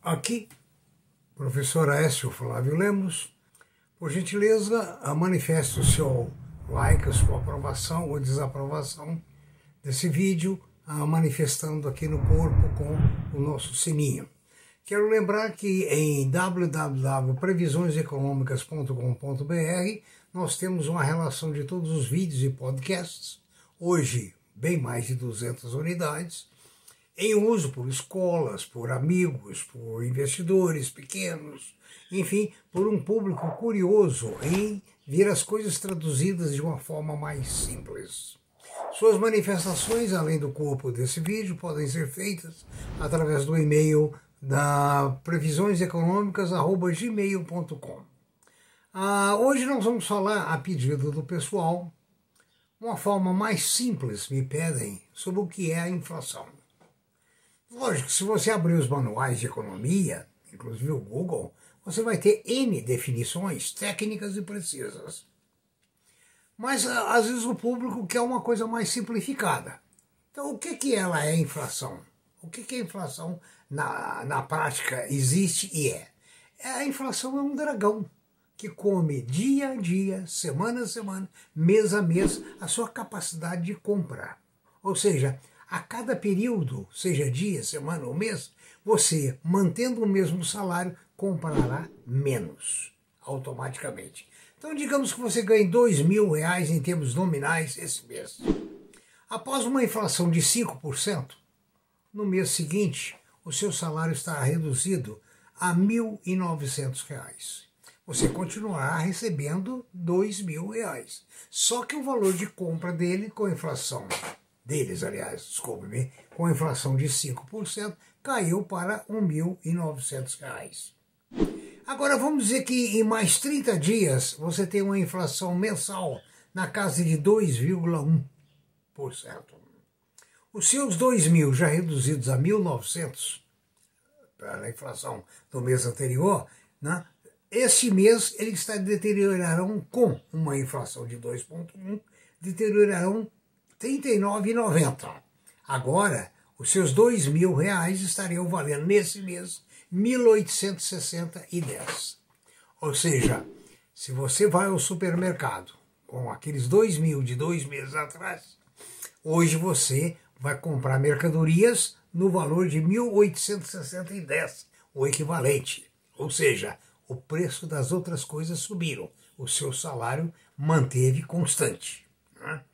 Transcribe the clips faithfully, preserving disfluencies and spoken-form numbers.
Aqui, professor Aécio Flávio Lemos, por gentileza, manifeste o seu like, a sua aprovação ou desaprovação desse vídeo, manifestando aqui no corpo com o nosso sininho. Quero lembrar que em w w w ponto previsões econômicas ponto com ponto b r nós temos uma relação de todos os vídeos e podcasts, hoje bem mais de duzentas unidades, em uso por escolas, por amigos, por investidores pequenos, enfim, por um público curioso em ver as coisas traduzidas de uma forma mais simples. Suas manifestações, além do corpo desse vídeo, podem ser feitas através do e-mail da previsões econômicas arroba gmail ponto com. Ah, hoje nós vamos falar, a pedido do pessoal, uma forma mais simples, me pedem, sobre o que é a inflação. Lógico, se você abrir os manuais de economia, inclusive o Google, você vai ter N definições técnicas e precisas. Mas, às vezes, o público quer uma coisa mais simplificada. Então, o que, que ela é a inflação? O que, que a inflação, na, na prática, existe e é? A inflação é um dragão que come dia a dia, semana a semana, mês a mês, a sua capacidade de comprar. Ou seja, a cada período, seja dia, semana ou mês, você, mantendo o mesmo salário, comprará menos, automaticamente. Então, digamos que você ganhe dois mil reais em termos nominais esse mês. Após uma inflação de cinco por cento, no mês seguinte, o seu salário estará reduzido a mil e novecentos reais. Você continuará recebendo dois mil reais. Só que o valor de compra dele, com a inflação deles, aliás, desculpe-me, com a inflação de cinco por cento, caiu para mil e novecentos reais. Agora, vamos dizer que em mais trinta dias você tem uma inflação mensal na casa de dois vírgula um por cento. Os seus dois mil já reduzidos a mil e novecentos, para a inflação do mês anterior, né? Esse mês eles está, deteriorarão com uma inflação de dois vírgula um, deteriorarão trinta e nove reais e noventa centavos. Agora, os seus dois mil reais estariam valendo nesse mês mil oitocentos e sessenta e dez. Ou seja, se você vai ao supermercado com aqueles dois mil de dois meses atrás, hoje você vai comprar mercadorias no valor de mil oitocentos e sessenta e dez, o equivalente. Ou seja, o preço das outras coisas subiram, o seu salário manteve constante. Né?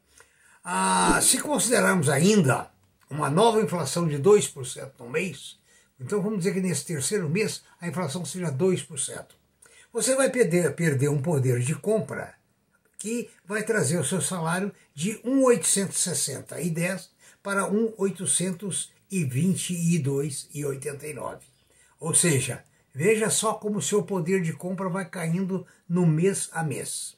Ah, se considerarmos ainda uma nova inflação de dois por cento no mês, então vamos dizer que nesse terceiro mês a inflação seja dois por cento. Você vai perder, perder um poder de compra que vai trazer o seu salário de mil oitocentos e sessenta e dez para mil oitocentos e vinte e dois reais e oitenta e nove. Ou seja, veja só como o seu poder de compra vai caindo no mês a mês.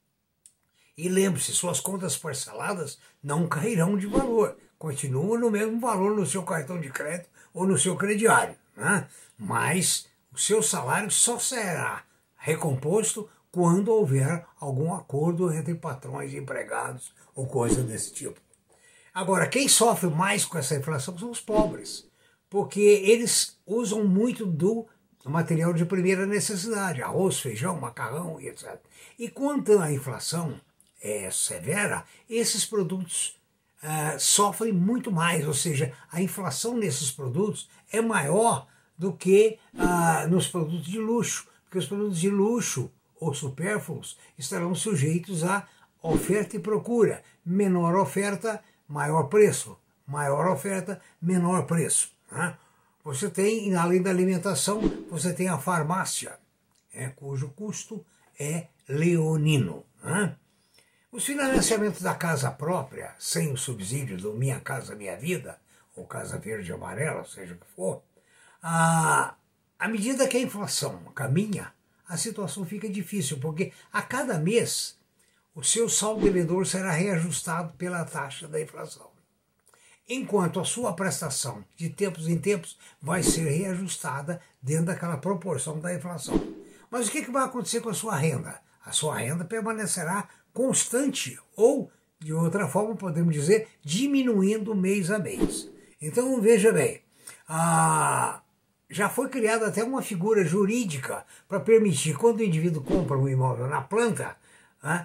E lembre-se, suas contas parceladas não cairão de valor. Continuam no mesmo valor no seu cartão de crédito ou no seu crediário. Né? Mas o seu salário só será recomposto quando houver algum acordo entre patrões e empregados ou coisa desse tipo. Agora, quem sofre mais com essa inflação são os pobres, porque eles usam muito do material de primeira necessidade, arroz, feijão, macarrão e etcétera. E quando a inflação é severa, esses produtos uh, sofrem muito mais, ou seja, a inflação nesses produtos é maior do que uh, nos produtos de luxo, porque os produtos de luxo ou supérfluos estarão sujeitos a oferta e procura. Menor oferta, maior preço. Maior oferta, menor preço. Né? Você tem, além da alimentação, você tem a farmácia, é, cujo custo é leonino. Né? Os financiamentos da casa própria, sem o subsídio do Minha Casa Minha Vida, ou Casa Verde e Amarela, seja o que for, à, à medida que a inflação caminha, a situação fica difícil, porque a cada mês o seu saldo devedor será reajustado pela taxa da inflação. Enquanto a sua prestação, de tempos em tempos, vai ser reajustada dentro daquela proporção da inflação. Mas o que vai acontecer com a sua renda? A sua renda permanecerá constante, ou, de outra forma, podemos dizer, diminuindo mês a mês. Então, veja bem, a, já foi criada até uma figura jurídica para permitir, quando o indivíduo compra um imóvel na planta, né,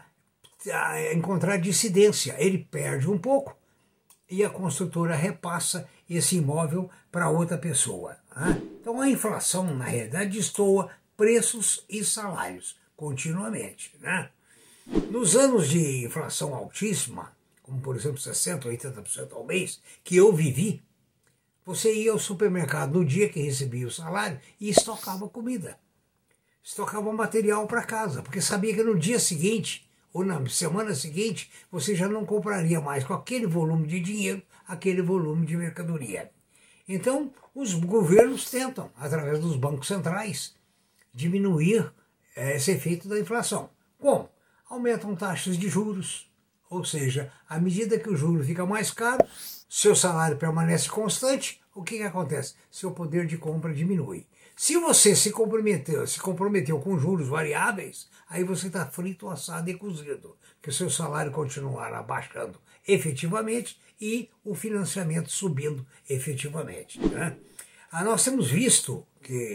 encontrar dissidência. Ele perde um pouco e a construtora repassa esse imóvel para outra pessoa. Né? Então a inflação, na realidade, destoa preços e salários continuamente. Né? Nos anos de inflação altíssima, como por exemplo sessenta por cento, oitenta por cento ao mês, que eu vivi, você ia ao supermercado no dia que recebia o salário e estocava comida. Estocava material para casa, porque sabia que no dia seguinte, ou na semana seguinte, você já não compraria mais com aquele volume de dinheiro, aquele volume de mercadoria. Então, os governos tentam, através dos bancos centrais, diminuir esse efeito da inflação. Como? Aumentam taxas de juros, ou seja, à medida que o juro fica mais caro, seu salário permanece constante, o que, que acontece? Seu poder de compra diminui. Se você se comprometeu, se comprometeu com juros variáveis, aí você está frito, assado e cozido, que o seu salário continuará baixando efetivamente e o financiamento subindo efetivamente. Né? Ah, nós temos visto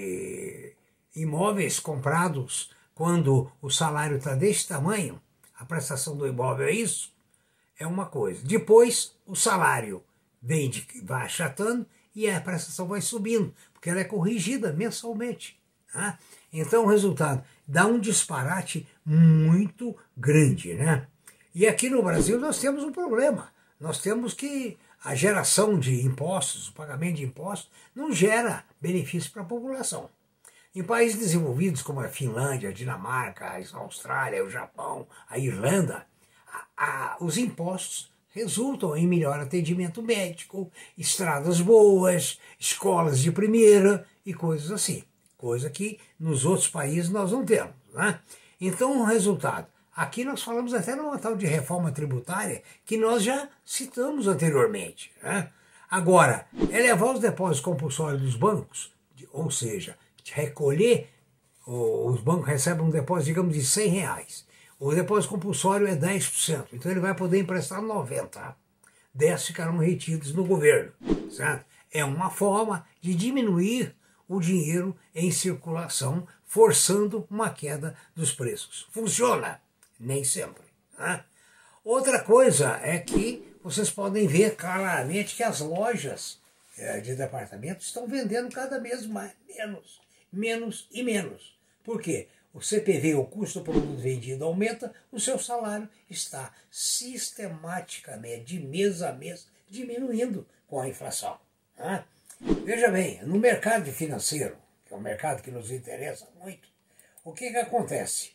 que imóveis comprados quando o salário está desse tamanho, a prestação do imóvel é isso, é uma coisa. Depois, o salário vem de, vai achatando e a prestação vai subindo, porque ela é corrigida mensalmente. Né? Então, o resultado dá um disparate muito grande. Né? E aqui no Brasil nós temos um problema. Nós temos que a geração de impostos, o pagamento de impostos, não gera benefício para a população. Em países desenvolvidos como a Finlândia, a Dinamarca, a Austrália, o Japão, a Irlanda, a, a, os impostos resultam em melhor atendimento médico, estradas boas, escolas de primeira e coisas assim. Coisa que nos outros países nós não temos. Né? Então, o resultado. Aqui nós falamos até numa tal de reforma tributária que nós já citamos anteriormente. Né? Agora, elevar os depósitos compulsórios dos bancos, ou seja, recolher, os bancos recebem um depósito, digamos, de cem reais. O depósito compulsório é dez por cento, então ele vai poder emprestar noventa. dez ficarão retidos no governo. Certo? É uma forma de diminuir o dinheiro em circulação, forçando uma queda dos preços. Funciona? Nem sempre. Né? Outra coisa é que vocês podem ver claramente que as lojas de departamentos estão vendendo cada vez mais, menos, menos e menos. Por quê? O C P V, o custo do produto vendido, aumenta, o seu salário está sistematicamente, de mês a mês, diminuindo com a inflação. Né? Veja bem, no mercado financeiro, que é um mercado que nos interessa muito, o que, que acontece?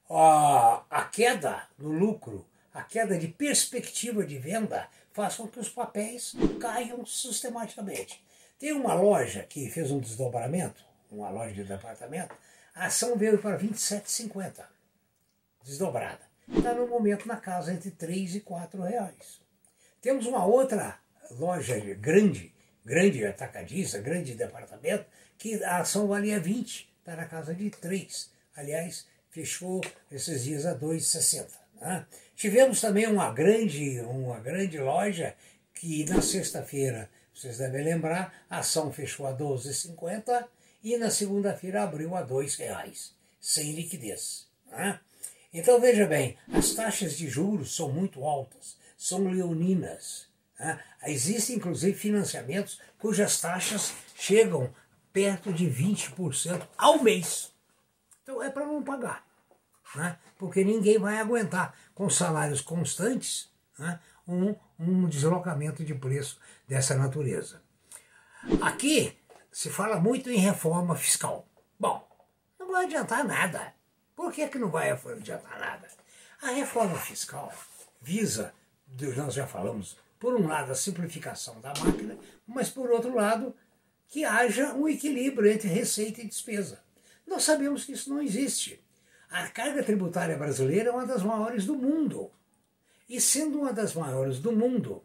A, a queda no lucro, a queda de perspectiva de venda, faz com que os papéis caiam sistematicamente. Tem uma loja que fez um desdobramento, uma loja de departamento, a ação veio para vinte e sete reais e cinquenta centavos, desdobrada. Está no momento na casa entre três e quatro reais. Temos uma outra loja grande, grande atacadista, grande departamento, que a ação valia vinte, está na casa de três. Aliás, fechou esses dias a dois reais e sessenta centavos. Né? Tivemos também uma grande, uma grande loja que na sexta-feira, vocês devem lembrar, a ação fechou a doze reais e cinquenta centavos e na segunda-feira abriu a dois reais, sem liquidez. Né? Então veja bem, as taxas de juros são muito altas, são leoninas. Né? Existem inclusive financiamentos cujas taxas chegam perto de vinte por cento ao mês. Então é para não pagar. Né? Porque ninguém vai aguentar, com salários constantes, né? um, um deslocamento de preço dessa natureza. Aqui se fala muito em reforma fiscal. Bom, não vai adiantar nada. Por que, que não vai adiantar nada? A reforma fiscal visa, nós já falamos, por um lado a simplificação da máquina, mas por outro lado que haja um equilíbrio entre receita e despesa. Nós sabemos que isso não existe. A carga tributária brasileira é uma das maiores do mundo. E sendo uma das maiores do mundo,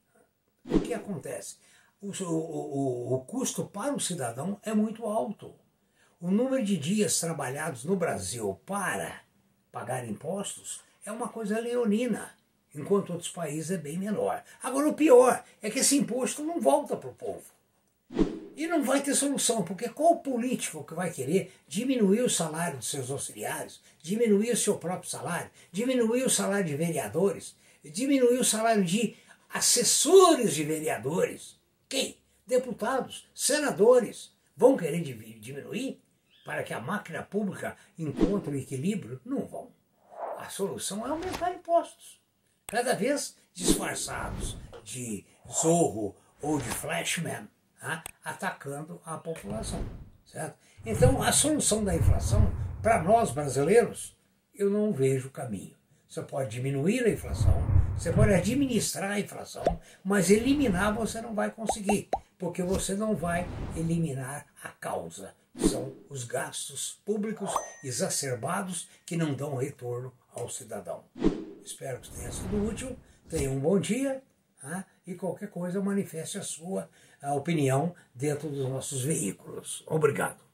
o que acontece? O, o, o, o custo para o cidadão é muito alto. O número de dias trabalhados no Brasil para pagar impostos é uma coisa leonina, enquanto outros países é bem menor. Agora, o pior é que esse imposto não volta para o povo. E não vai ter solução, porque qual político que vai querer diminuir o salário dos seus auxiliares, diminuir o seu próprio salário, diminuir o salário de vereadores, diminuir o salário de assessores de vereadores? Quem? Deputados, senadores vão querer diminuir para que a máquina pública encontre o equilíbrio? Não vão. A solução é aumentar impostos, cada vez disfarçados de Zorro ou de Flashman, tá? Atacando a população, certo? Então, a solução da inflação, para nós brasileiros, eu não vejo caminho. Você pode diminuir a inflação, você pode administrar a inflação, mas eliminar você não vai conseguir, porque você não vai eliminar a causa. São os gastos públicos exacerbados que não dão retorno ao cidadão. Espero que tenha sido útil, tenha um bom dia, tá? E qualquer coisa manifeste a sua a opinião dentro dos nossos veículos. Obrigado.